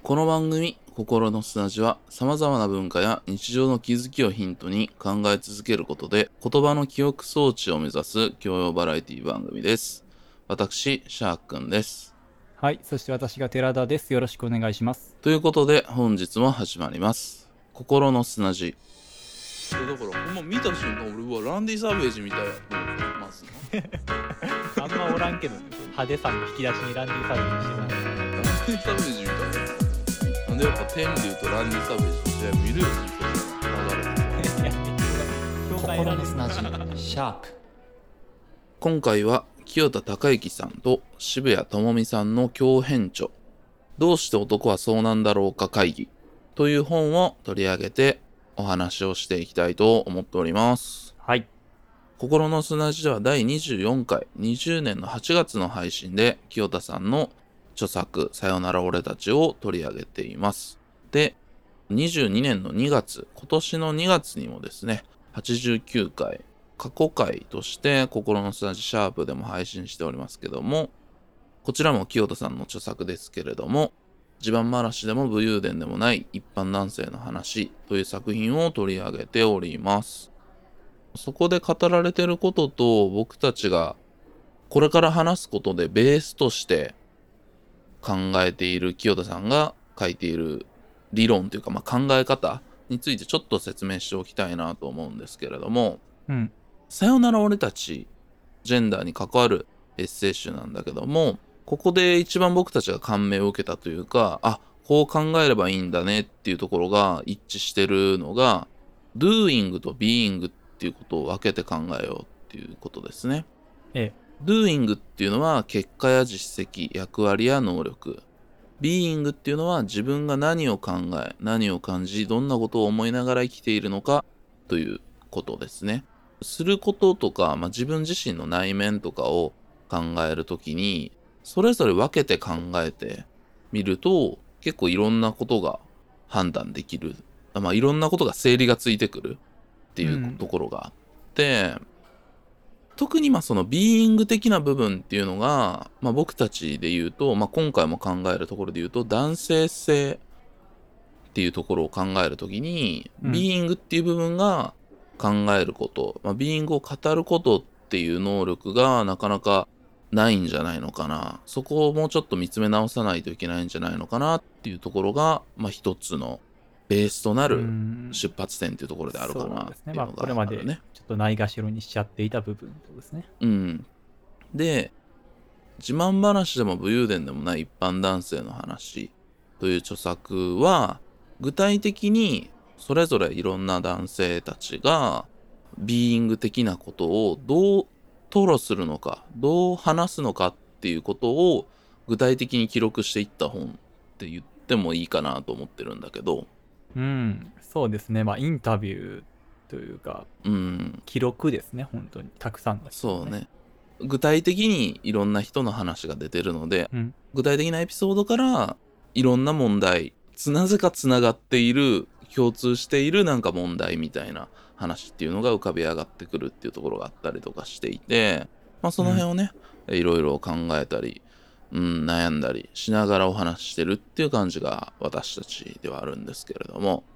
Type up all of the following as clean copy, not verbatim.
この番組心の砂地は様々な文化や日常の気づきをヒントに考え続けることで言葉の記憶装置を目指す教養バラエティ番組です。私シャークンです。 はい、そして私が寺田です。よろしくお願いします。 ということで本日も始まります。心の砂地。だからほんま見た瞬間俺はランディ・サーベージみたいやと思いますな。 あんまおらんけどね、派手さの引き出しにランディサービスしてない。 ランディ・サーベージみたいな。なんでやっぱ天で言うとランディ・サーベージの試合見るよって流れて心の砂地シャープ。 今回は清田孝之さんと渋谷智美さんの共編著どうして男はそうなんだろうか会議という本を取り上げてお話をしていきたいと思っております。 はい。 心の砂地では第24回20年の8月の配信で清田さんの著作さよなら俺たちを取り上げています。で、22年の2月、今年の2月にもですね、89回過去回として心の砂地シャープでも配信しておりますけども、こちらも清田さんの著作ですけれども、地盤話でも武勇伝でもない一般男性の話という作品を取り上げております。そこで語られていることと僕たちがこれから話すことでベースとして考えている清田さんが書いている理論というか、考え方についてちょっと説明しておきたいなと思うんですけれども、さよなら俺たちジェンダーに関わるエッセイ集なんだけども、ここで一番僕たちが感銘を受けたというか、こう考えればいいんだねっていうところが一致してるのが doing と being っていうことを分けて考えようっていうことですね。doing っていうのは結果や実績、役割や能力。being っていうのは自分が何を考え、何を感じ、どんなことを思いながら生きているのかということですね。することとか、自分自身の内面とかを考えるときに、それぞれ分けて考えてみると、結構いろんなことが判断できる。いろんなことが整理がついてくるっていうところがあって、特にそのビーイング的な部分っていうのが、僕たちで言うと、今回も考えるところで言うと男性性っていうところを考えるときに、ビーイングっていう部分が考えること、ビーイングを語ることっていう能力がなかなかないんじゃないのかな。そこをもうちょっと見つめ直さないといけないんじゃないのかなっていうところが、一つのベースとなる出発点っていうところであるかなっていうのがあるね。 これまでちょっとないがしろにしちゃっていた部分ってことですね。 で、自慢話でも武勇伝でもない一般男性の話という著作は、具体的にそれぞれいろんな男性たちがビーイング的なことをどう吐露するのか、どう話すのかっていうことを具体的に記録していった本って言ってもいいかなと思ってるんだけど、 そうですね。インタビューというか、記録ですね。本当にたくさんの人、 そうね。具体的にいろんな人の話が出てるので、具体的なエピソードからいろんな問題、なぜかつながっている、共通しているなんか問題みたいな話っていうのが浮かび上がってくるっていうところがあったりとかしていて、その辺をね、いろいろ考えたり、悩んだりしながらお話ししてるっていう感じが私たちではあるんですけれども、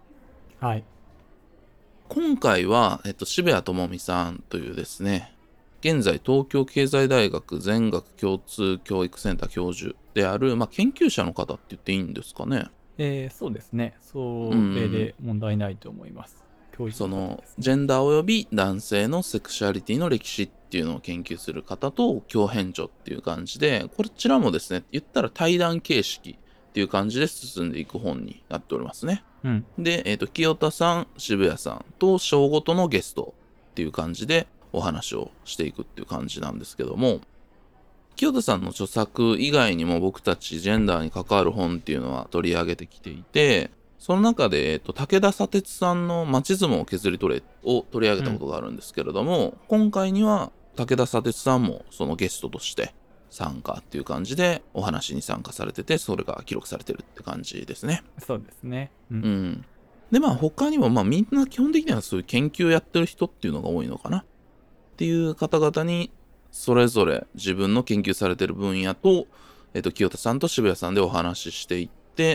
今回は、渋谷智美さんというですね、現在東京経済大学全学共通教育センター教授である、研究者の方って言っていいんですかね。 そうですね。それで問題ないと思います。 そのジェンダーおよび男性のセクシャリティの歴史っていうのを研究する方と共編著っていう感じで、こちらもですね、言ったら対談形式っていう感じで進んでいく本になっておりますね。で、清田さん、渋谷さんと章ごとのゲストっていう感じでお話をしていくっていう感じなんですけども、清田さんの著作以外にも僕たちジェンダーに関わる本っていうのは取り上げてきていて、その中で、武田砂鉄さんの町相撲を削り取れを取り上げたことがあるんですけれども、今回には武田砂鉄さんもそのゲストとして参加っていう感じでお話に参加されてて、それが記録されてるって感じですね。 そうですね。 で他にもみんな基本的にはそういう研究やってる人っていうのが多いのかなっていう方々にそれぞれ自分の研究されてる分野と、清田さんと渋谷さんでお話ししていって、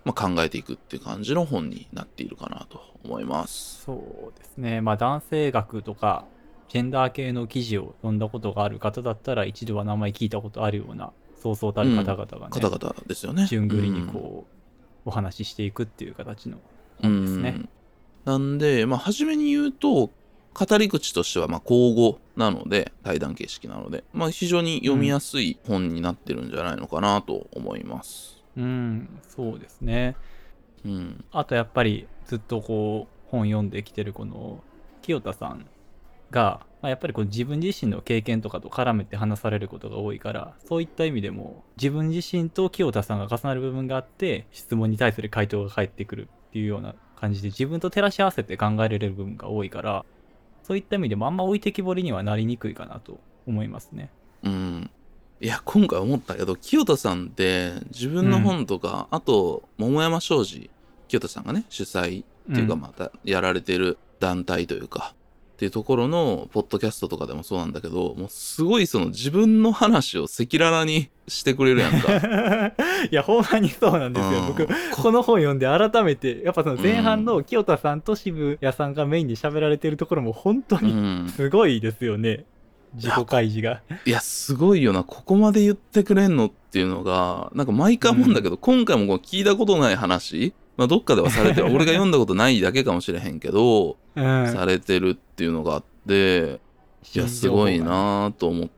考えていくっていう感じの本になっているかなと思います。 そうですね。男性学とかジェンダー系の記事を読んだことがある方だったら一度は名前聞いたことあるようなそうそうたる方々がね、 方々ですよね。 順繰りにお話ししていくっていう形の本ですね。 なんで初めに言うと語り口としては口語なので対談形式なので非常に読みやすい本になってるんじゃないのかなと思います。 そうですね。あとやっぱりずっと本読んできてるこの清田さんが、やっぱり自分自身の経験とかと絡めて話されることが多いから、そういった意味でも自分自身と清田さんが重なる部分があって質問に対する回答が返ってくるっていうような感じで自分と照らし合わせて考えられる部分が多いから、そういった意味でもあんま置いてきぼりにはなりにくいかなと思いますね。 いや今回思ったけど清田さんって自分の本とか、あと桃山商事清田さんがね主催っていうかまたやられてる団体というか、っていうところのポッドキャストとかでもそうなんだけど、もうすごいその自分の話を赤裸々にしてくれるやんか。 いやほんまにそうなんですよ。僕この本読んで改めてやっぱその前半の清田さんと渋谷さんがメインに喋られてるところも本当にすごいですよね。自己開示が。 いやすごいよな、ここまで言ってくれんのっていうのがなんか毎回思うんだけど、今回も聞いたことない話、どっかではされてる俺が読んだことないだけかもしれへんけど、されてるっていうのがあって、いやすごいなと思って、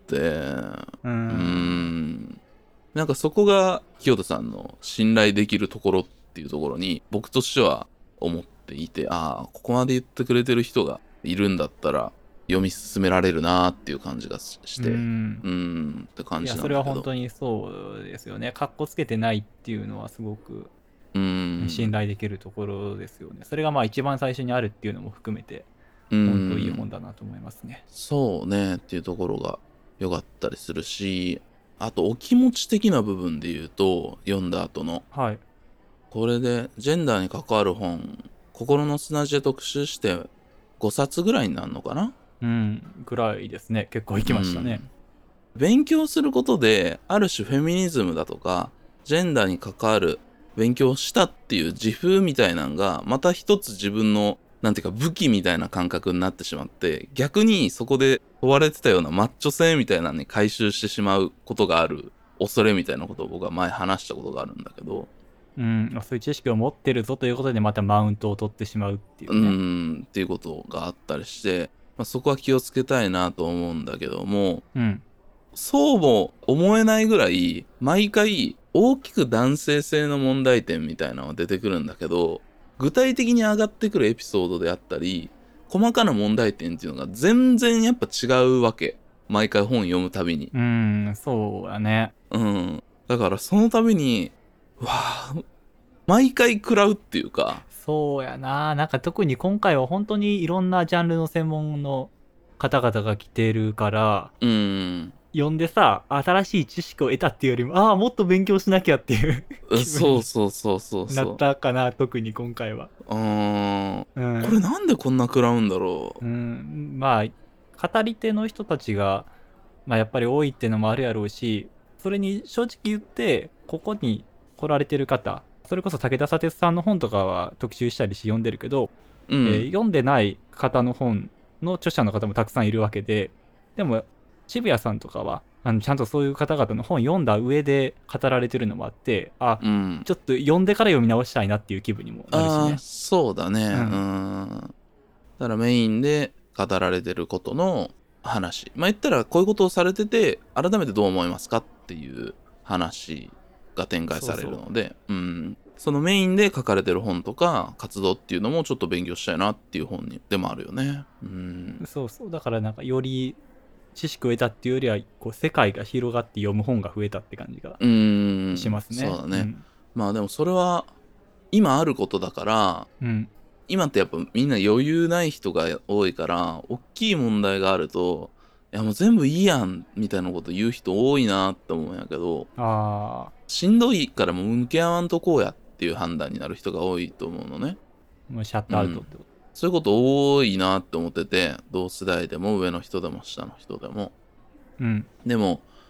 なんかそこが清田さんの信頼できるところっていうところに僕としては思っていて、ここまで言ってくれてる人がいるんだったら読み進められるなっていう感じがして、って感じなんだけど。いやそれは本当にそうですよね。かっこつけてないっていうのはすごく信頼できるところですよね。それが一番最初にあるっていうのも含めて本当いい本だなと思いますね。 そうねっていうところが良かったりするし、あとお気持ち的な部分で言うと読んだ後の、これでジェンダーに関わる本心の砂地で特集して5冊ぐらいになるのかな、 ぐらいですね。結構いきましたね。 勉強することである種フェミニズムだとかジェンダーに関わる勉強したっていう自負みたいなのがまた一つ自分のなんていうか武器みたいな感覚になってしまって、逆にそこで問われてたようなマッチョ性みたいなのに回収してしまうことがある恐れみたいなことを僕は前話したことがあるんだけど、 そういう知識を持ってるぞということでまたマウントを取ってしまうっていうね。っていうことがあったりして、そこは気をつけたいなと思うんだけども、そうも思えないぐらい毎回大きく男性性の問題点みたいなのが出てくるんだけど、具体的に上がってくるエピソードであったり細かな問題点っていうのが全然やっぱ違うわけ、毎回本読むたびに。 そうだね。 だからそのたびに毎回食らうっていうか。 そうやな。なんか特に今回は本当にいろんなジャンルの専門の方々が来てるから、読んでさ、新しい知識を得たっていうよりも、もっと勉強しなきゃっていうそうなったかな、特に今回は。 これなんでこんな食らうんだろう。 語り手の人たちが、やっぱり多いっていうのもあるやろうし、それに正直言ってここに来られてる方、それこそ武田砂鉄さんの本とかは特集したりし読んでるけど、読んでない方の本の著者の方もたくさんいるわけで、でも渋谷さんとかはちゃんとそういう方々の本読んだ上で語られてるのもあって、ちょっと読んでから読み直したいなっていう気分にもなるしね。 そうだね。だからメインで語られてることの話、言ったらこういうことをされてて改めてどう思いますかっていう話が展開されるので、そのメインで書かれてる本とか活動っていうのもちょっと勉強したいなっていう本でもあるよね。 そうだからなんかより知識を得たっていうよりは世界が広がって読む本が増えたって感じがしますね。 そうだね。でもそれは今あることだから、今ってやっぱみんな余裕ない人が多いから大きい問題があるといやもう全部いいやんみたいなこと言う人多いなって思うんやけど、しんどいからもう向き合わんとこうやっていう判断になる人が多いと思うのね。 もうシャットアウトってこと、 そういうこと多いなって思ってて、同世代でも上の人でも下の人でも。でも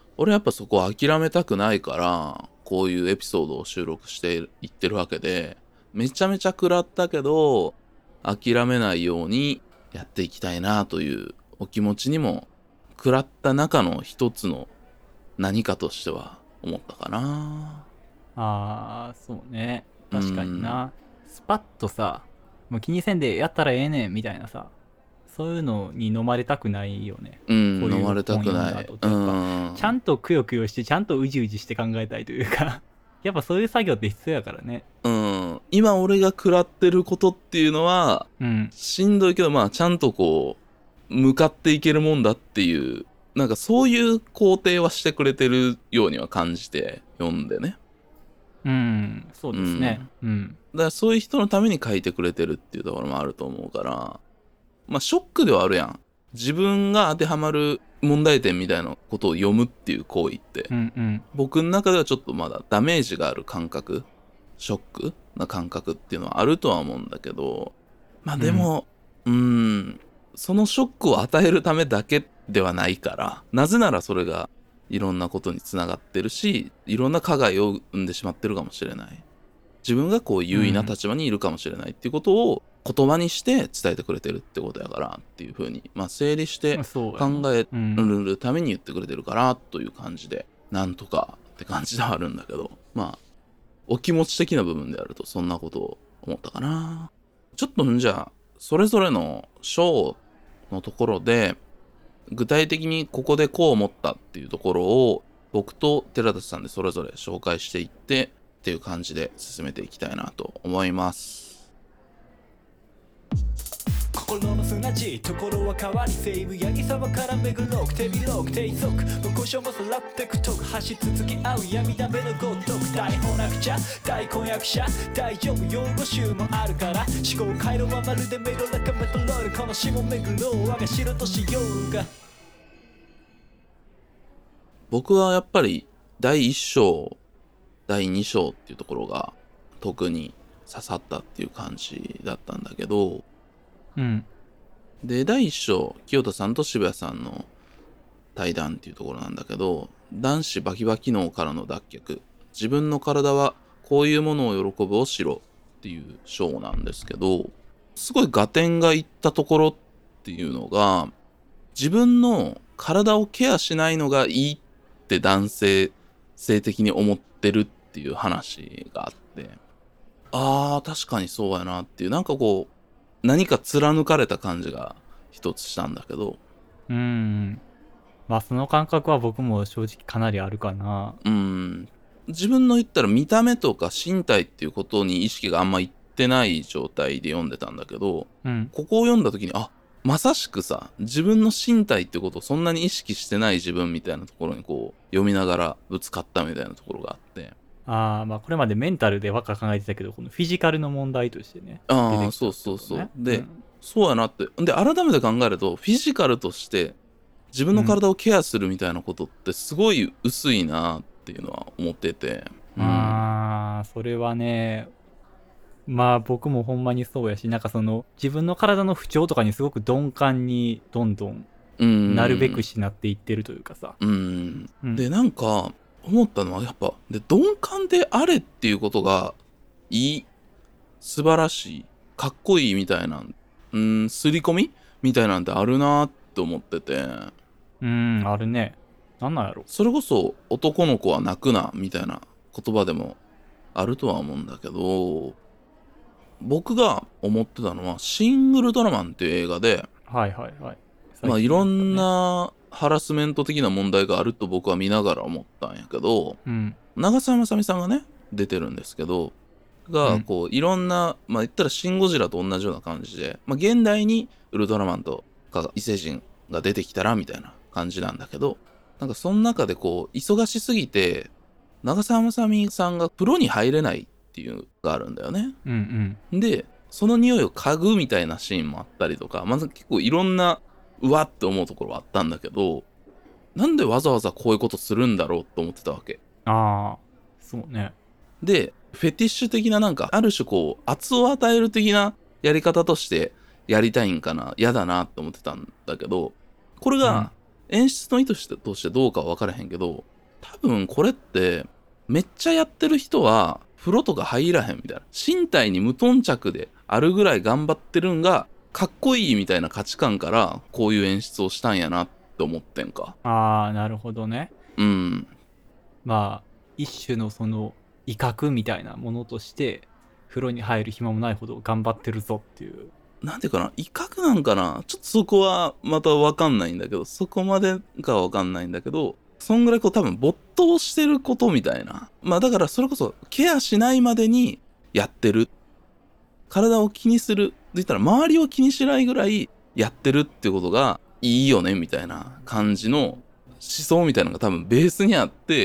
俺やっぱそこを諦めたくないからこういうエピソードを収録していってるわけで、めちゃめちゃ食らったけど諦めないようにやっていきたいなというお気持ちにも、食らった中の一つの何かとしては思ったかな。 そうね。確かにな。スパッとさ、もう気にせんでやったらええねんみたいなさ、そういうのに飲まれたくないよね。こういう飲まれたくない。 本読んだ後というか、ちゃんとくよくよしてちゃんとうじうじして考えたいというかやっぱそういう作業って必要やからね。 今俺が食らってることっていうのは、しんどいけどちゃんとこう向かっていけるもんだっていう、なんかそういう肯定はしてくれてるようには感じて読んでね。 そうですね。 だからそういう人のために書いてくれてるっていうところもあると思うから、ショックではあるやん。自分が当てはまる問題点みたいなことを読むっていう行為って、僕の中ではちょっとまだダメージがある感覚、ショックな感覚っていうのはあるとは思うんだけど、でも、そのショックを与えるためだけではないから、なぜならそれがいろんなことにつながってるし、いろんな加害を生んでしまってるかもしれない。自分がこう優位な立場にいるかもしれないっていうことを言葉にして伝えてくれてるってことやからっていう風に、整理して考えるために言ってくれてるからという感じで、なんとかって感じではあるんだけど、お気持ち的な部分であるとそんなことを思ったかな。ちょっとじゃあそれぞれの章のところで具体的にここでこう思ったっていうところを僕と寺田さんでそれぞれ紹介していってっていう感じで進めていきたいなと思います。心の砂地ところは変わり西武八木沢から巡ろう手広く低速無故障もさらってくとく走り続き合う闇だめのごとく大本なくちゃ大婚約者大丈夫用語集もあるから思考回路はまるでメロラカメトロールこの下巡ろう我が城としようが。僕はやっぱり第1章第2章っていうところが特に刺さったっていう感じだったんだけど、で第1章清田さんと渋谷さんの対談っていうところなんだけど、男子バキバキ脳からの脱却、自分の体はこういうものを喜ぶをしろっていう章なんですけど、すごい合点がいったところっていうのが、自分の体をケアしないのがいいって男性性的に思ってるっていう話があって、確かにそうやなっていう、なんかこう何か貫かれた感じが一つしたんだけど、 その感覚は僕も正直かなりあるかな。 自分の言ったら見た目とか身体っていうことに意識があんまいってない状態で読んでたんだけど、ここを読んだ時にまさしくさ、自分の身体ってことをそんなに意識してない自分みたいなところにこう読みながらぶつかったみたいなところがあって、 これまでメンタルでばっか考えてたけど、このフィジカルの問題としてね。 そう。で、そうやなって。で、改めて考えると、フィジカルとして自分の体をケアするみたいなことってすごい薄いなっていうのは思ってて。 それはね、僕もほんまにそうやし、なんかその自分の体の不調とかにすごく鈍感にどんどんなるべくしなっていってるというかさ。 で、なんか思ったのはやっぱで鈍感であれっていうことがいい、素晴らしい、かっこいいみたいな刷り込みみたいなんてあるなって思ってて、 あるね。なんなんやろ。 それこそ男の子は泣くなみたいな言葉でもあるとは思うんだけど、僕が思ってたのはシン・ウルトラマンっていう映画で、いろんなハラスメント的な問題があると僕は見ながら思ったんやけど、長澤まさみさんがね出てるんですけどが、こういろんな言ったらシン・ゴジラと同じような感じで、現代にウルトラマンとか異星人が出てきたらみたいな感じなんだけど、なんかその中でこう忙しすぎて長澤まさみさんが風呂に入れないっていうのがあるんだよね。でその匂いを嗅ぐみたいなシーンもあったりとか、結構いろんなうわって思うところはあったんだけど、なんでわざわざこういうことするんだろうと思ってたわけ。 そうね。 でフェティッシュ的な、なんかある種こう圧を与える的なやり方としてやりたいんかな、嫌だなって思ってたんだけど、これが演出の意図としてどうかは分からへんけど、多分これってめっちゃやってる人は風呂とか入らへんみたいな、身体に無頓着であるぐらい頑張ってるんがかっこいいみたいな価値観からこういう演出をしたんやなって思ってんか。 ああ、なるほどね。 うん。 まあ一種のその威嚇みたいなものとして風呂に入る暇もないほど頑張ってるぞっていう。 なんていうかな、威嚇なんかな、ちょっとそこはまた分かんないんだけど、そこまでかは分かんないんだけど、そんぐらいこう多分没頭してることみたいな。まあだからそれこそケアしないまでにやってる。体を気にする。って言ったら周りを気にしないぐらいやってるってことがいいよねみたいな感じの思想みたいなのが多分ベースにあって、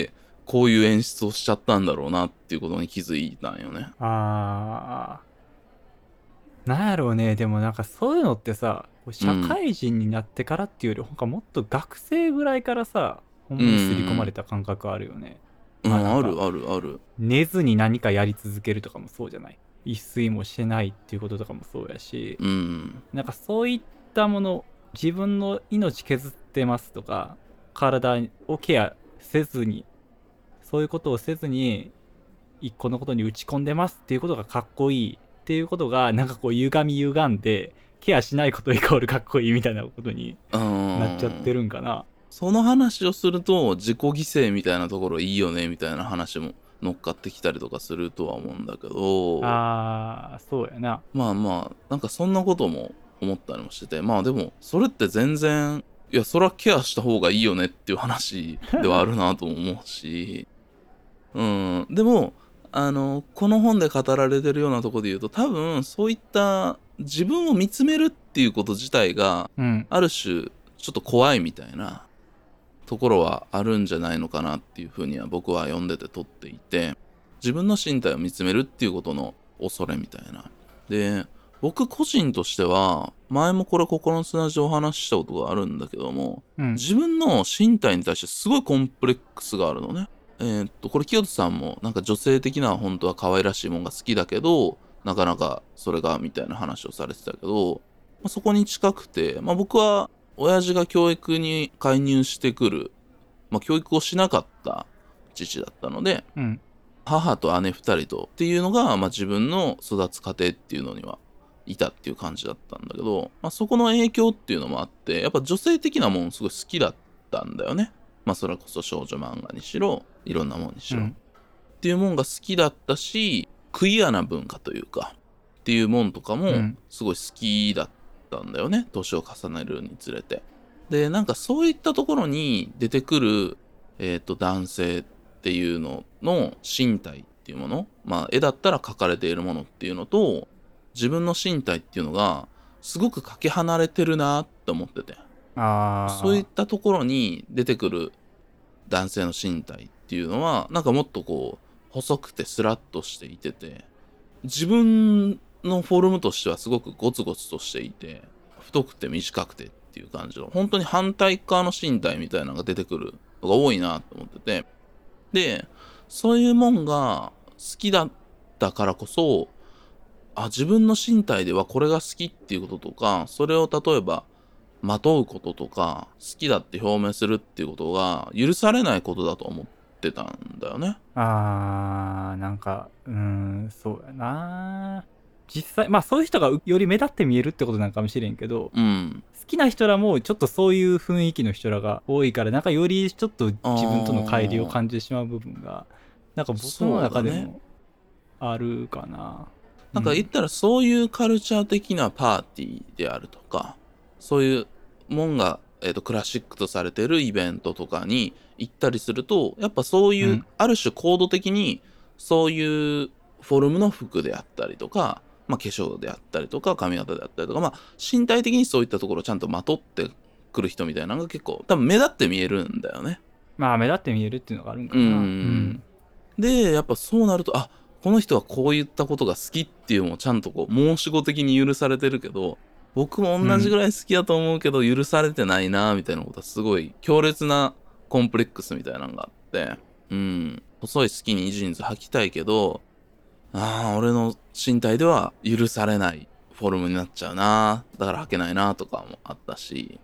こういう演出をしちゃったんだろうなっていうことに気づいたんよね。 ああ、なんやろうね。でもなんかそういうのってさ、社会人になってからっていうより、なんかもっと学生ぐらいからさ、ほんまに刷り込まれた感覚あるよね。まあなんかあるあるある。 寝ずに何かやり続けるとかもそうじゃない。一睡もしてないっていうこととかもそうやし、なんかそういったもの、自分の命削ってますとか、体をケアせずに、そういうことをせずに、一個のことに打ち込んでますっていうことがかっこいいっていうことが、なんかこう歪んで、ケアしないことイコールかっこいいみたいなことになっちゃってるんかな。 その話をすると自己犠牲みたいなところいいよねみたいな話も乗っかってきたりとかするとは思うんだけど、 ああ、そうやな。 まあまあなんかそんなことも思ったりもしてて、まあでもそれって全然いやそれはケアした方がいいよねっていう話ではあるなとも思うしでもこの本で語られてるようなところで言うと多分そういった自分を見つめるっていうこと自体が、ある種ちょっと怖いみたいなところはあるんじゃないのかなっていうふうには僕は読んでて取っていて、自分の身体を見つめるっていうことの恐れみたいな。で、僕個人としては前もこれ心の砂地でお話ししたことがあるんだけども、自分の身体に対してすごいコンプレックスがあるのね。これ清人さんもなんか女性的な本当は可愛らしいもんが好きだけどなかなかそれがみたいな話をされてたけど、そこに近くて、僕は親父が教育に介入してくる、教育をしなかった父だったので、母と姉2人とっていうのが、自分の育つ過程っていうのにはいたっていう感じだったんだけど、そこの影響っていうのもあってやっぱ女性的なもんすごい好きだったんだよね。それこそ少女漫画にしろいろんなもんにしろ、っていうもんが好きだったし、クイアな文化というかっていうもんとかもすごい好きだったんだよね、年を重ねるにつれて。でなんかそういったところに出てくる、男性っていうのの身体っていうもの、絵だったら描かれているものっていうのと自分の身体っていうのがすごくかけ離れてるなって思ってて、そういったところに出てくる男性の身体っていうのはなんかもっとこう細くてスラッとしていて自分のフォルムとしてはすごくゴツゴツとしていて太くて短くてっていう感じの本当に反対側の身体みたいなのが出てくるのが多いなと思ってて、でそういうもんが好きだったからこそ自分の身体ではこれが好きっていうこととか、それを例えばまとうこととか好きだって表明するっていうことが許されないことだと思ってたんだよね。 なんかそうやな。実際そういう人がより目立って見えるってことなんかもしれんけど、好きな人らもちょっとそういう雰囲気の人らが多いからなんかよりちょっと自分との乖離を感じてしまう部分がなんか僕の中でもあるかな。 なんか言ったらそういうカルチャー的なパーティーであるとかそういうもんが、クラシックとされてるイベントとかに行ったりするとやっぱそういう、ある種行動的にそういうフォルムの服であったりとか、化粧であったりとか髪型であったりとか、身体的にそういったところをちゃんとまとってくる人みたいなのが結構多分目立って見えるんだよね。 目立って見えるっていうのがあるんかな。 でやっぱそうなるとこの人はこういったことが好きっていうのもちゃんとこう申し子的に許されてるけど僕も同じぐらい好きだと思うけど許されてないなみたいなことはすごい強烈なコンプレックスみたいなのがあって細いスキニージーンズ履きたいけど俺の身体では許されないフォルムになっちゃうなだから履けないなとかもあったし、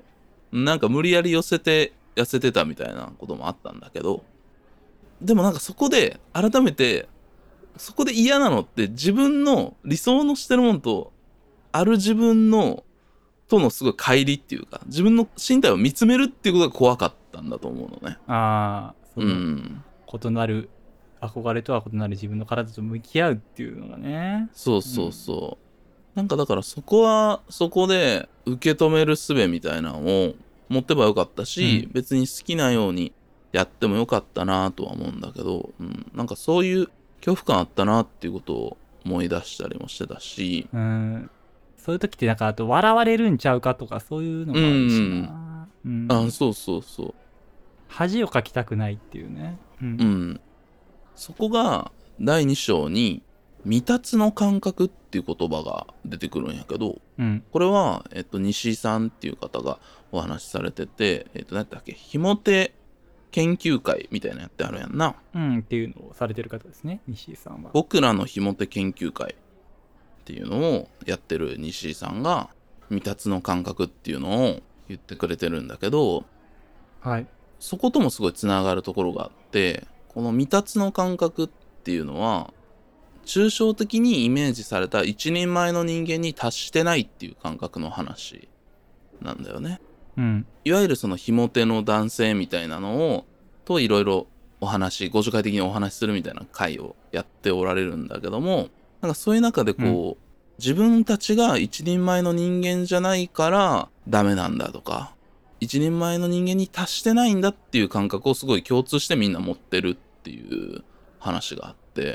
なんか無理やり寄せて痩せてたみたいなこともあったんだけど、でもなんかそこで改めて、そこで嫌なのって自分の理想のしてるものとある自分のとのすごい乖離っていうか、自分の身体を見つめるっていうことが怖かったんだと思うのね。 ああ、その、 うん。 異なる、憧れとは異なる自分の体と向き合うっていうのがね。 そうそうそう。なんかだからそこはそこで受け止める術みたいなのを持ってばよかったし、別に好きなようにやってもよかったなとは思うんだけど、なんかそういう恐怖感あったなっていうことを思い出したりもしてたし、 そういう時ってなんかあと笑われるんちゃうかとかそういうのうもあるしん、 な。 そうそうそ恥をかきたくないっていうね。 そこが第2章に未達の感覚っていう言葉が出てくるんやけど、これは、西井さんっていう方がお話しされてて、何だっけ、ひも手研究会みたいなやってあるやんな。 っていうのをされてる方ですね、西井さんは。 僕らのひも手研究会っていうのをやってる西井さんが未達の感覚っていうのを言ってくれてるんだけど、 はい。 そこともすごいつながるところがあって、この未達の感覚っていうのは抽象的にイメージされた一人前の人間に達してないっていう感覚の話なんだよね。いわゆるそのひも手の男性みたいなのをといろいろご助会的にお話しするみたいな会をやっておられるんだけども、なんかそういう中でこう、自分たちが一人前の人間じゃないからダメなんだとか、一人前の人間に達してないんだっていう感覚をすごい共通してみんな持ってるっていう話があって、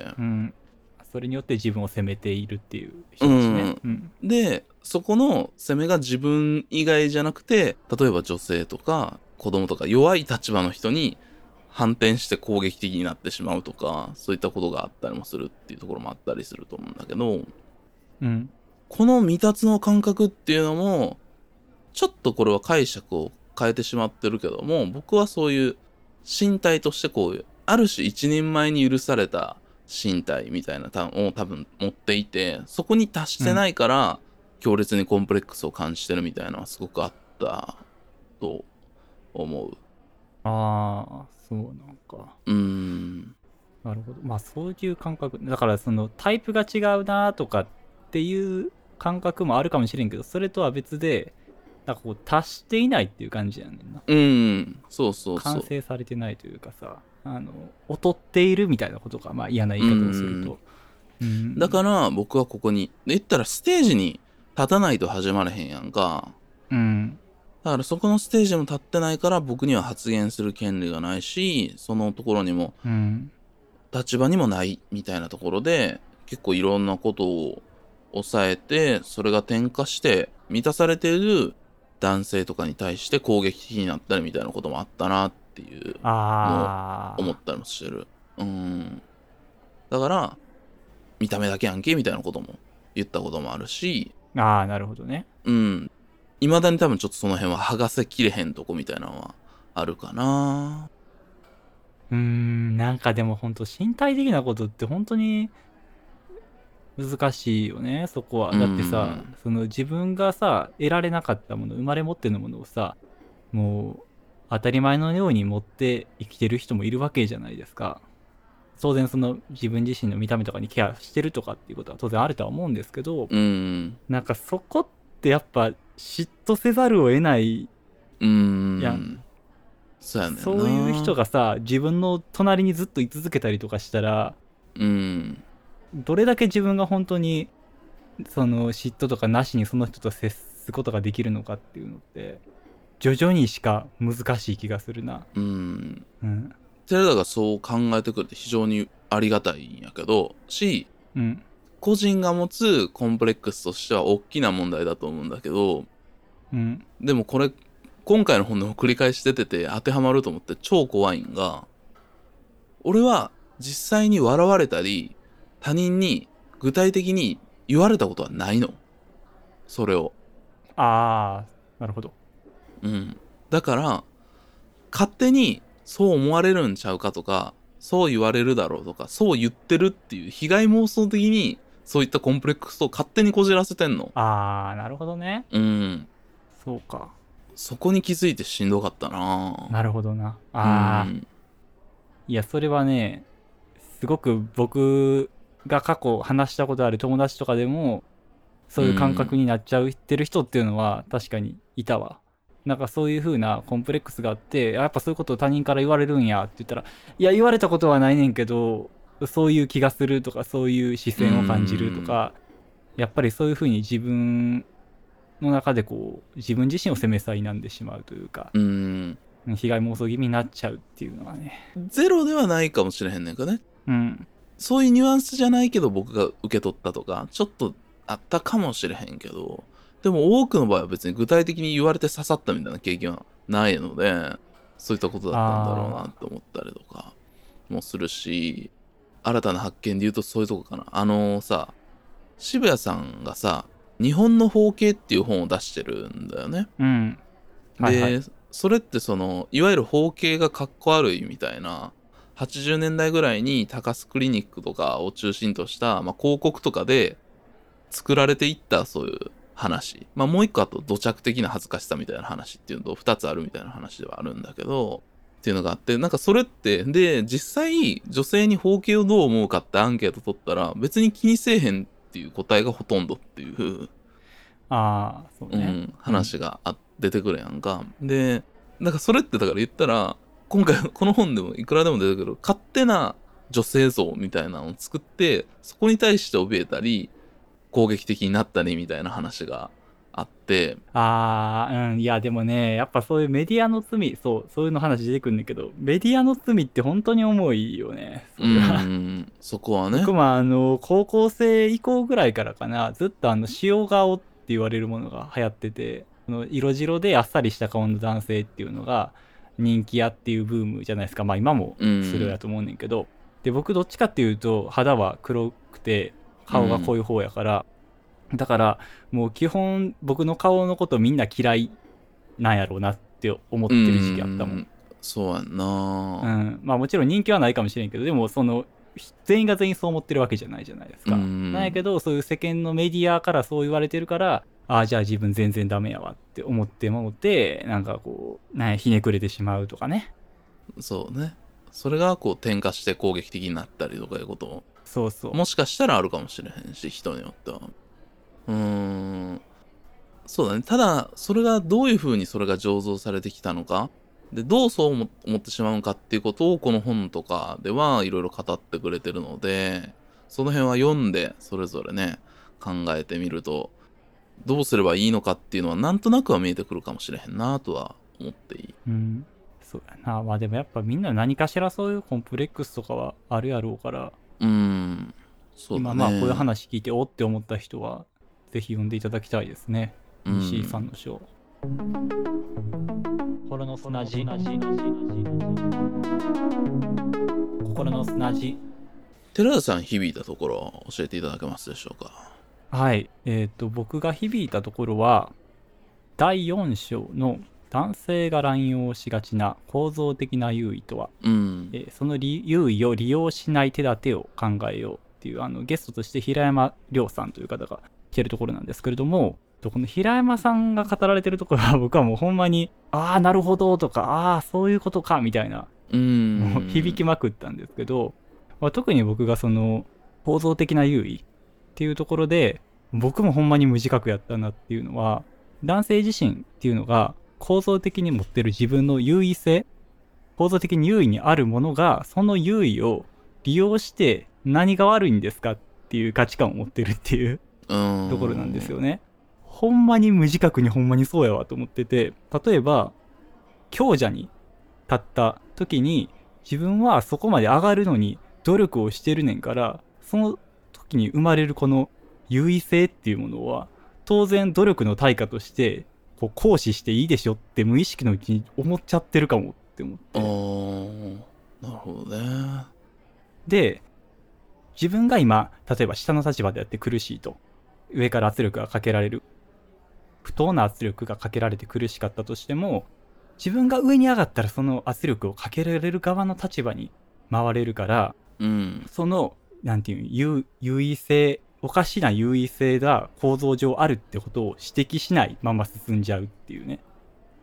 それによって自分を責めているっていう人ですね。 で、そこの責めが自分以外じゃなくて、例えば女性とか子供とか弱い立場の人に反転して攻撃的になってしまうとか、そういったことがあったりもするっていうところもあったりすると思うんだけど、この未達の感覚っていうのも、ちょっとこれは解釈を変えてしまってるけども、僕はそういう身体としてこういう、ある種一人前に許された身体みたいなを多分持っていて、そこに達してないから強烈にコンプレックスを感じてるみたいなのはすごくあったと思う。 そうなんか。なるほど。まあそういう感覚、だからそのタイプが違うなとかっていう感覚もあるかもしれんけど、それとは別でなんかこう達していないっていう感じやねんな。 そうそうそう。 完成されてないというかさ、劣っているみたいなことが、まあ嫌な言い方をすると。 だから僕はここに、言ったらステージに立たないと始まれへんやんか。だからそこのステージも立ってないから僕には発言する権利がないし、そのところにも、立場にもないみたいなところで、結構いろんなことを抑えて、それが転化して満たされている男性とかに対して攻撃的になったりみたいなこともあったなっていうのを思ったりもしてる。だから見た目だけやんけみたいなことも言ったこともあるし、 なるほどね。 未だに多分ちょっとその辺は剥がせきれへんとこみたいなのはあるかな。 なんかでも本当身体的なことって本当に難しいよね、そこは。だってさ、その自分がさ、得られなかったもの、生まれ持ってのものをさ、もう当たり前のように持って生きてる人もいるわけじゃないですか。当然その自分自身の見た目とかにケアしてるとかっていうことは当然あるとは思うんですけど、なんかそこってやっぱ嫉妬せざるを得ないやん。 そうやねんな。 そういう人がさ、自分の隣にずっと居続けたりとかしたら、どれだけ自分が本当にその嫉妬とかなしにその人と接すことができるのかっていうのって徐々にしか難しい気がするな。 寺田がそう考えてくれて非常にありがたいんやけど個人が持つコンプレックスとしては大きな問題だと思うんだけど、でもこれ今回の本でも繰り返し出てて当てはまると思って超怖いんが、俺は実際に笑われたり他人に具体的に言われたことはないの。それを。 なるほど。 だから勝手にそう思われるんちゃうかとか、そう言われるだろうとか、そう言ってるっていう被害妄想的にそういったコンプレックスを勝手にこじらせてんの。 なるほどね。そうか。 そこに気づいてしんどかったな。 なるほどな。 うああ、 ん。 いや、それはね、すごく僕が過去話したことある友達とかでも、そういう感覚になっちゃうってる人っていうのは確かにいたわ。なんかそういう風なコンプレックスがあって、やっぱそういうことを他人から言われるんやって言ったら、いや、言われたことはないねんけど、そういう気がするとか、そういう視線を感じるとか、やっぱりそういう風に自分の中でこう、自分自身を責めさいなんでしまうというか、 うん。 被害妄想気味になっちゃうっていうのはね。 ゼロではないかもしれへんねんかね。 うん。 そういうニュアンスじゃないけど僕が受け取ったとか、ちょっとあったかもしれへんけど、でも多くの場合は別に具体的に言われて刺さったみたいな経験はないので、そういったことだったんだろうなって思ったりとかもするし、新たな発見で言うとそういうとこかな。さ、渋谷さんがさ、日本の包茎っていう本を出してるんだよね。 うん。 で、 はいはい。 それってそのいわゆる包茎がかっこ悪いみたいな80年代ぐらいに高須クリニックとかを中心とした、広告とかで作られていったそういう話、もう一個あと土着的な恥ずかしさみたいな話っていうのと2つあるみたいな話ではあるんだけどっていうのがあって、なんかそれってで実際女性に包茎をどう思うかってアンケート取ったら別に気にせえへんっていう答えがほとんどっていうああ、そうね。 話が出てくるやんか。で、なんかそれってだから言ったら、今回この本でもいくらでも出てくる勝手な女性像みたいなのを作って、そこに対して怯えたり、攻撃的になったりみたいな話があって、 ああ、うん、いやでもね、やっぱそういうメディアの罪、そういうの話出てくるんだけど、メディアの罪って本当に重いよね、それは。 そこはね。 僕も高校生以降ぐらいからかな、ずっと塩顔って言われるものが流行ってて、色白であっさりした顔の男性っていうのが人気やっていうブームじゃないですか。まあ今もそれだと思うねんけど、で、僕どっちかっていうと肌は黒くて顔が濃い方やから、だからもう基本僕の顔のことみんな嫌いなんやろうなって思ってる時期あったもん。 そうやんな。 まあもちろん人気はないかもしれんけど、でも全員が全員そう思ってるわけじゃないじゃないですか。なんやけど、そういう世間のメディアからそう言われてるから、ああじゃあ自分全然ダメやわって思ってもって、なんかこうひねくれてしまうとかね。 そうね。それがこう転化して攻撃的になったりとかいうことも、 そうもしかしたらあるかもしれへんし、人によっては。そうだね。ただ、それがどういうふうにそれが醸造されてきたのか、で、どうそう思ってしまうのかっていうことを、この本とかではいろいろ語ってくれてるので、その辺は読んで、それぞれね、考えてみると、どうすればいいのかっていうのは、なんとなくは見えてくるかもしれへんなとは思っていい。 そうやな。まあでもやっぱみんな何かしらそういうコンプレックスとかはあるやろうから、 そうだね。 今まあこういう話聞いておって思った人は、ぜひ読んでいただきたいですね。西井さんの書。心の砂地。心の砂地。 寺田さん響いたところを教えていただけますでしょうか。 はい。僕が響いたところは、第4章の男性が乱用しがちな構造的な優位とは、その優位を利用しない手立てを考えようっていうゲストとして平山亮さんという方が来てるところなんですけれども、この平山さんが語られてるところは僕はもうほんまにああなるほどとかああそういうことかみたいなもう響きまくったんですけど、特に僕がその構造的な優位っていうところで僕もほんまに無自覚やったなっていうのは、男性自身っていうのが構造的に持ってる自分の優位性、構造的に優位にあるものがその優位を利用して何が悪いんですかっていう価値観を持ってるっていうところなんですよね。ほんまに無自覚にほんまにそうやわと思ってて、例えば強者に立った時に自分はそこまで上がるのに努力をしてるねんから、その時に生まれるこの優位性っていうものは当然努力の対価としてこう行使していいでしょって無意識のうちに思っちゃってるかもって思って。 なるほどね。 で、自分が今例えば下の立場でやって苦しいと、上から圧力がかけられる、不当な圧力がかけられて苦しかったとしても、自分が上に上がったらその圧力をかけられる側の立場に回れるから、そのなんていう優位性、おかしな優位性が構造上あるってことを指摘しないまま進んじゃうっていうね。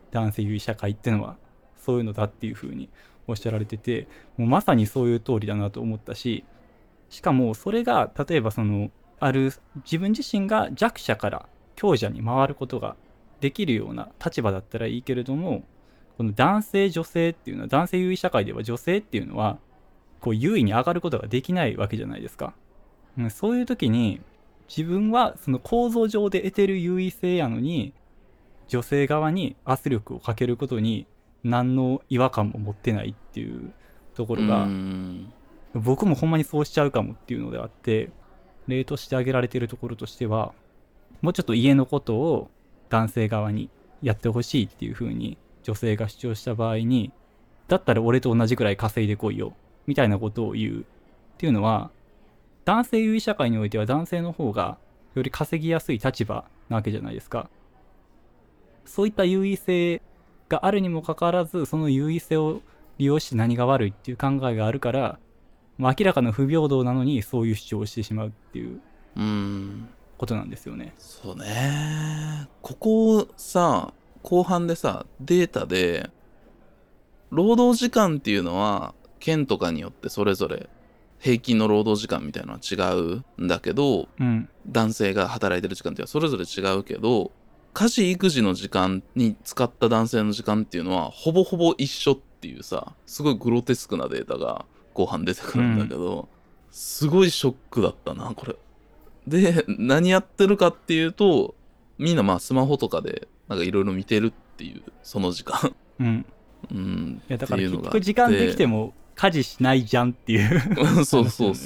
男性優位社会っていうのはそういうのだっていうふうにおっしゃられてて、もうまさにそういう通りだなと思ったし、しかもそれが例えばある自分自身が弱者から強者に回ることができるような立場だったらいいけれども、この男性女性っていうのは、男性優位社会では女性っていうのはこう優位に上がることができないわけじゃないですか。そういう時に自分はその構造上で得てる優位性やのに、女性側に圧力をかけることに何の違和感も持ってないっていうところが、僕もほんまにそうしちゃうかもっていうのであって、例として挙げられているところとしては、もうちょっと家のことを男性側にやってほしいっていう風に女性が主張した場合に、だったら俺と同じくらい稼いでこいよみたいなことを言うっていうのは、男性優位社会においては男性の方がより稼ぎやすい立場なわけじゃないですか。そういった優位性があるにもかかわらず、その優位性を利用して何が悪いっていう考えがあるから、明らかな不平等なのにそういう主張をしてしまうっていうことなんですよね。 そうね。ここさ、後半でさ、データで労働時間っていうのは県とかによってそれぞれ平均の労働時間みたいなのは違うんだけど、男性が働いてる時間っていうのはそれぞれ違うけど、家事育児の時間に使った男性の時間っていうのはほぼほぼ一緒っていうさ、すごいグロテスクなデータが後半出てくるんだけど、すごいショックだったなこれ。で、何やってるかっていうと、みんなまあスマホとかでなんかいろいろ見てるっていう、その時間いやだから結局時間できても家事しないじゃんっていうそう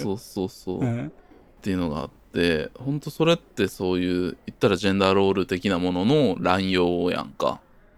っていうのがあって、ほんとそれってそういう言ったらジェンダーロール的なものの乱用やんか。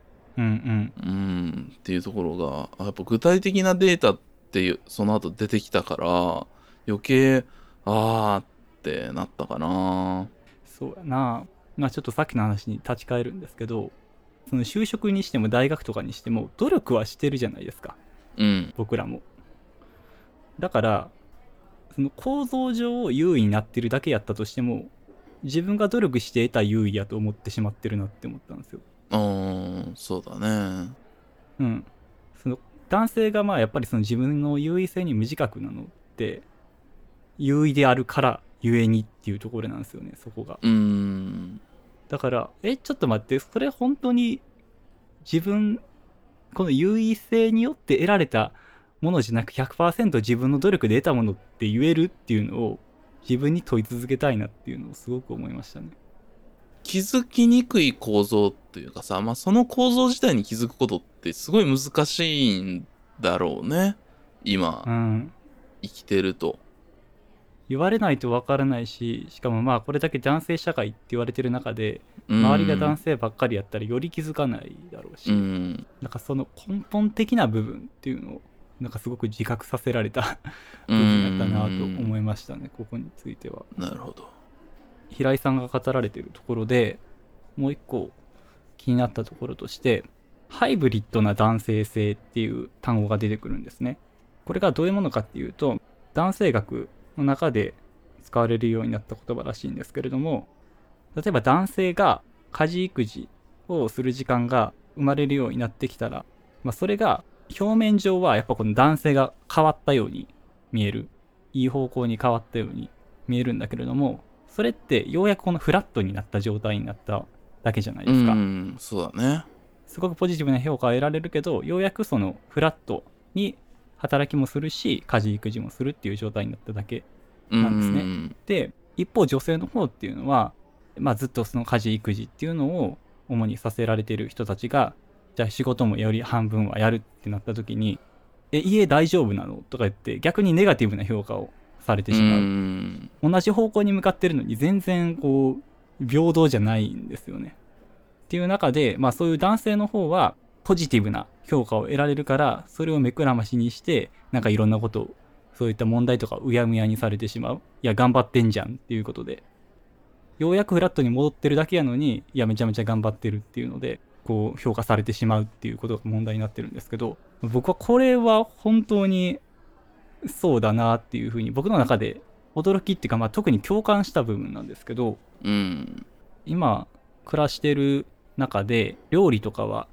っていうところがやっぱ具体的なデータっていうその後出てきたから余計ってなったかな。 そうやな。まあちょっとさっきの話に立ち返るんですけど、その就職にしても大学とかにしても努力はしてるじゃないですか。僕らも。だからその構造上優位になってるだけやったとしても、自分が努力して得た優位やと思ってしまってるなって思ったんですよ。 そうだね。 その男性がまあやっぱりその自分の優位性に無自覚なのって優位であるからゆえにっていうところなんですよね、そこが。だからちょっと待って、それ本当に自分この優位性によって得られたものじゃなく 100% 自分の努力で得たものって言えるっていうのを自分に問い続けたいなっていうのをすごく思いましたね。 気づきにくい構造っていうかさ、まあその構造自体に気づくことってすごい難しいんだろうね今、生きてると。 言われないと分からないし、しかもまあこれだけ男性社会って言われてる中で、周りが男性ばっかりやったらより気づかないだろうし、なんかその根本的な部分っていうのをなんかすごく自覚させられた部分だったなと思いましたね、ここについては。 なるほど。 平井さんが語られているところでもう一個気になったところとして、ハイブリッドな男性性っていう単語が出てくるんですね。これがどういうものかっていうと、男性学の中で使われるようになった言葉らしいんですけれども、例えば男性が家事育児をする時間が生まれるようになってきたら、それが表面上はやっぱこの男性が変わったように見える、いい方向に変わったように見えるんだけれども、それってようやくこのフラットになった状態になっただけじゃないですか。 そうだね。 すごくポジティブな評価を得られるけど、ようやくそのフラットに働きもするし家事育児もするっていう状態になっただけなんですね。で、一方女性の方っていうのは、ずっとその家事育児っていうのを主にさせられている人たちが、じゃあ仕事もより半分はやるってなった時に、家大丈夫なのとか言って逆にネガティブな評価をされてしまう。同じ方向に向かってるのに全然こう平等じゃないんですよね。っていう中で、そういう男性の方はポジティブな評価を得られるから、それを目くらましにしてなんかいろんなことを、そういった問題とかうやむやにされてしまう。いや頑張ってんじゃんっていうことで、ようやくフラットに戻ってるだけやのに、いやめちゃめちゃ頑張ってるっていうのでこう評価されてしまうっていうことが問題になってるんですけど、僕はこれは本当にそうだなっていうふうに僕の中で驚きっていうか、特に共感した部分なんですけど、今暮らしてる中で料理とかは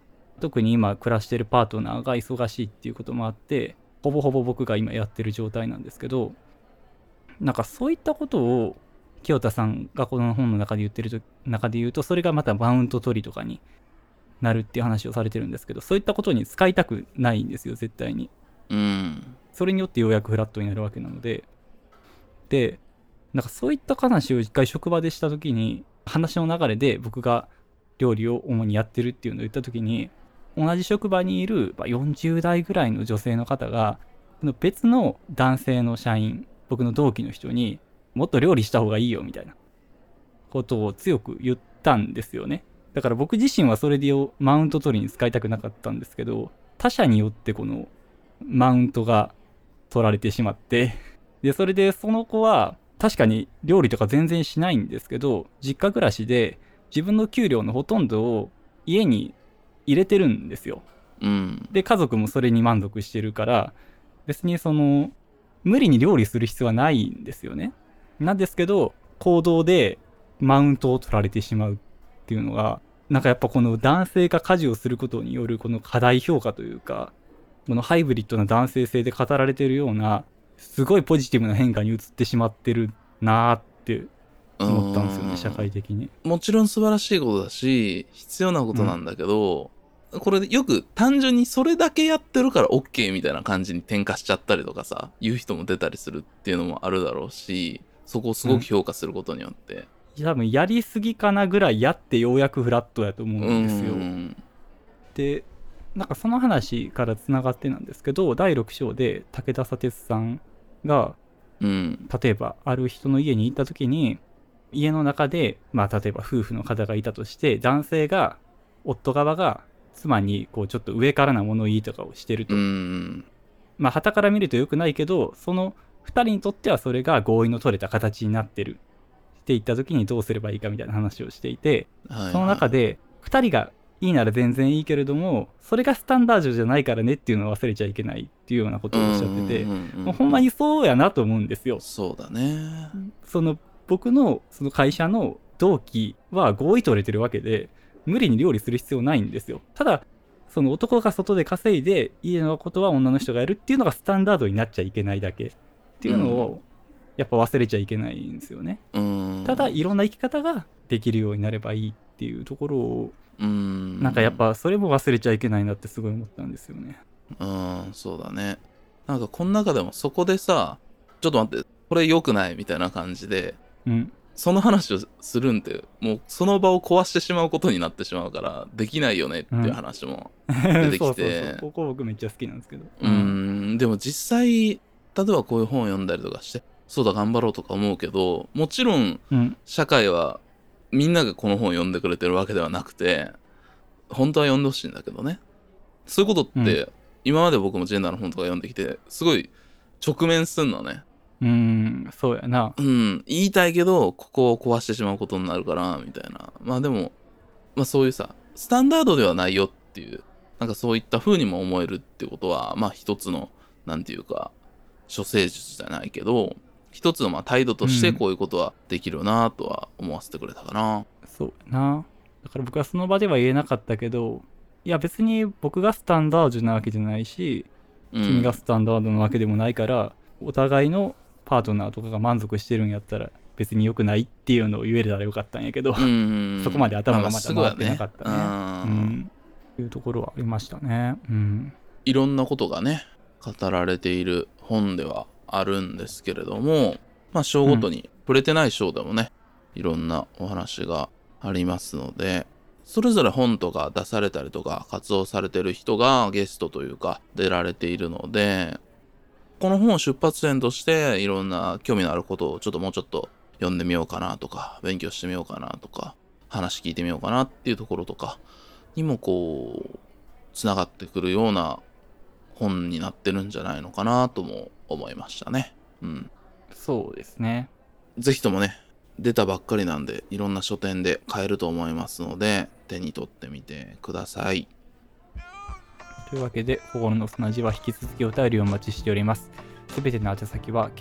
特に今暮らしてるパートナーが忙しいっていうこともあって、ほぼほぼ僕が今やってる状態なんですけど、なんかそういったことを清田さんがこの本の中で言ってる中で言うと、それがまたマウント取りとかになるっていう話をされてるんですけど、そういったことに使いたくないんですよ、絶対に。それによってようやくフラットになるわけなので。で、なんかそういった話を一回職場でした時に、話の流れで僕が料理を主にやってるっていうのを言った時に、同じ職場にいる40代ぐらいの女性の方が、別の男性の社員、僕の同期の人にもっと料理した方がいいよみたいなことを強く言ったんですよね。だから僕自身はそれでマウント取りに使いたくなかったんですけど、他者によってこのマウントが取られてしまって、でそれでその子は確かに料理とか全然しないんですけど、実家暮らしで自分の給料のほとんどを家に入れてるんですよ。で家族もそれに満足してるから、別にその無理に料理する必要はないんですよね。なんですけど、行動でマウントを取られてしまうっていうのが、なんかやっぱこの男性が家事をすることによるこの過大評価というか、このハイブリッドな男性性で語られているような、すごいポジティブな変化に移ってしまってるなーって思ったんですよね、社会的に。 もちろん素晴らしいことだし、必要なことなんだけど、これよく単純にそれだけやってるから OK みたいな感じに転化しちゃったりとかさ、言う人も出たりするっていうのもあるだろうし、そこをすごく評価することによって、 多分やりすぎかなぐらいやってようやくフラットやと思うんですよ。で、なんかその話からつながってなんですけど、第6章で武田砂鉄さんが、例えばある人の家に行った時に、家の中で例えば夫婦の方がいたとして、男性が夫側が妻にこうちょっと上からな物言いとかをしてると、傍から見ると良くないけど、その2人にとってはそれが合意の取れた形になってるって言った時にどうすればいいかみたいな話をしていて、その中で2人がいいなら全然いいけれども、それがスタンダードじゃないからねっていうのを忘れちゃいけないっていうようなことをおっしゃってて、もうほんまにそうやなと思うんですよ。 そうだね。 その僕のその会社の同期は合意取れてるわけで、無理に料理する必要ないんですよ。ただその男が外で稼いで家のことは女の人がやるっていうのがスタンダードになっちゃいけないだけっていうのをやっぱ忘れちゃいけないんですよね。ただいろんな生き方ができるようになればいいっていうところを、なんかやっぱそれも忘れちゃいけないなってすごい思ったんですよね。 そうだね。なんかこの中でもそこでさ、ちょっと待って、これ良くないみたいな感じで、その話をするんってもうその場を壊してしまうことになってしまうからできないよねっていう話も出てきて、 そうここ僕めっちゃ好きなんですけど、 でも実際例えばこういう本を読んだりとかして、そうだ頑張ろうとか思うけど、もちろん社会はみんながこの本を読んでくれてるわけではなくて、本当は読んでほしいんだけどね。そういうことって、今まで僕もジェンダーの本とか読んできてすごい直面すんのね。 そうやな。 言いたいけどここを壊してしまうことになるからみたいな。でもそういうさ、スタンダードではないよっていう、なんかそういった風にも思えるってことは、一つのなんていうか処世術じゃないけど、一つの態度としてこういうことはできるなとは思わせてくれたかな。 そうやな。だから僕はその場では言えなかったけど、いや別に僕がスタンダードなわけじゃないし、君がスタンダードなわけでもないから、お互いのパートナーとかが満足してるんやったら別に良くないっていうのを言えたらよかったんやけど、そこまで頭がまだ回ってなかったね。いうところはありましたね。 いろんなことがね語られている本ではあるんですけれども、章ごとに触れてない章でもね、いろんなお話がありますので、それぞれ本とか出されたりとか活動されてる人がゲストというか出られているので、この本を出発点としていろんな興味のあることをもうちょっと読んでみようかなとか、勉強してみようかなとか、話聞いてみようかなっていうところとかにもこうつながってくるような本になってるんじゃないのかなとも思いましたね。 そうですね。 ぜひともね、出たばっかりなんでいろんな書店で買えると思いますので手に取ってみてください。 というわけで、心の砂地は引き続きお便りをお待ちしております。すべての宛先は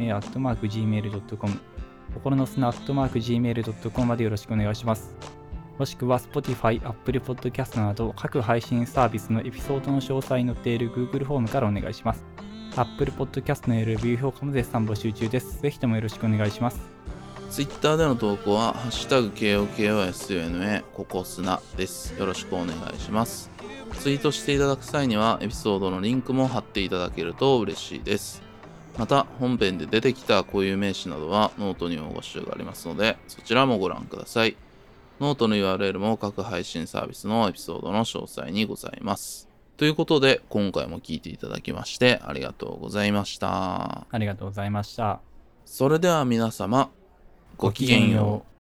kokorosuna@gmail.com、 心の砂 @gmail.com までよろしくお願いします。 もしくは Spotify、Apple Podcast など各配信サービスのエピソードの詳細に載っている Google フォームからお願いします。Apple Podcast のレビュー評価も絶賛募集中です。ぜひともよろしくお願いします。 Twitter での投稿はハッシュタグ KOKOSUNA ココスナです。よろしくお願いします。ツイートしていただく際にはエピソードのリンクも貼っていただけると嬉しいです。また本編で出てきた固有名詞などはノートにも募集がありますので、そちらもご覧ください。ノートの URL も各配信サービスのエピソードの詳細にございます。ということで今回も聞いていただきましてありがとうございました。 ありがとうございました。 それでは皆様ごきげんよう。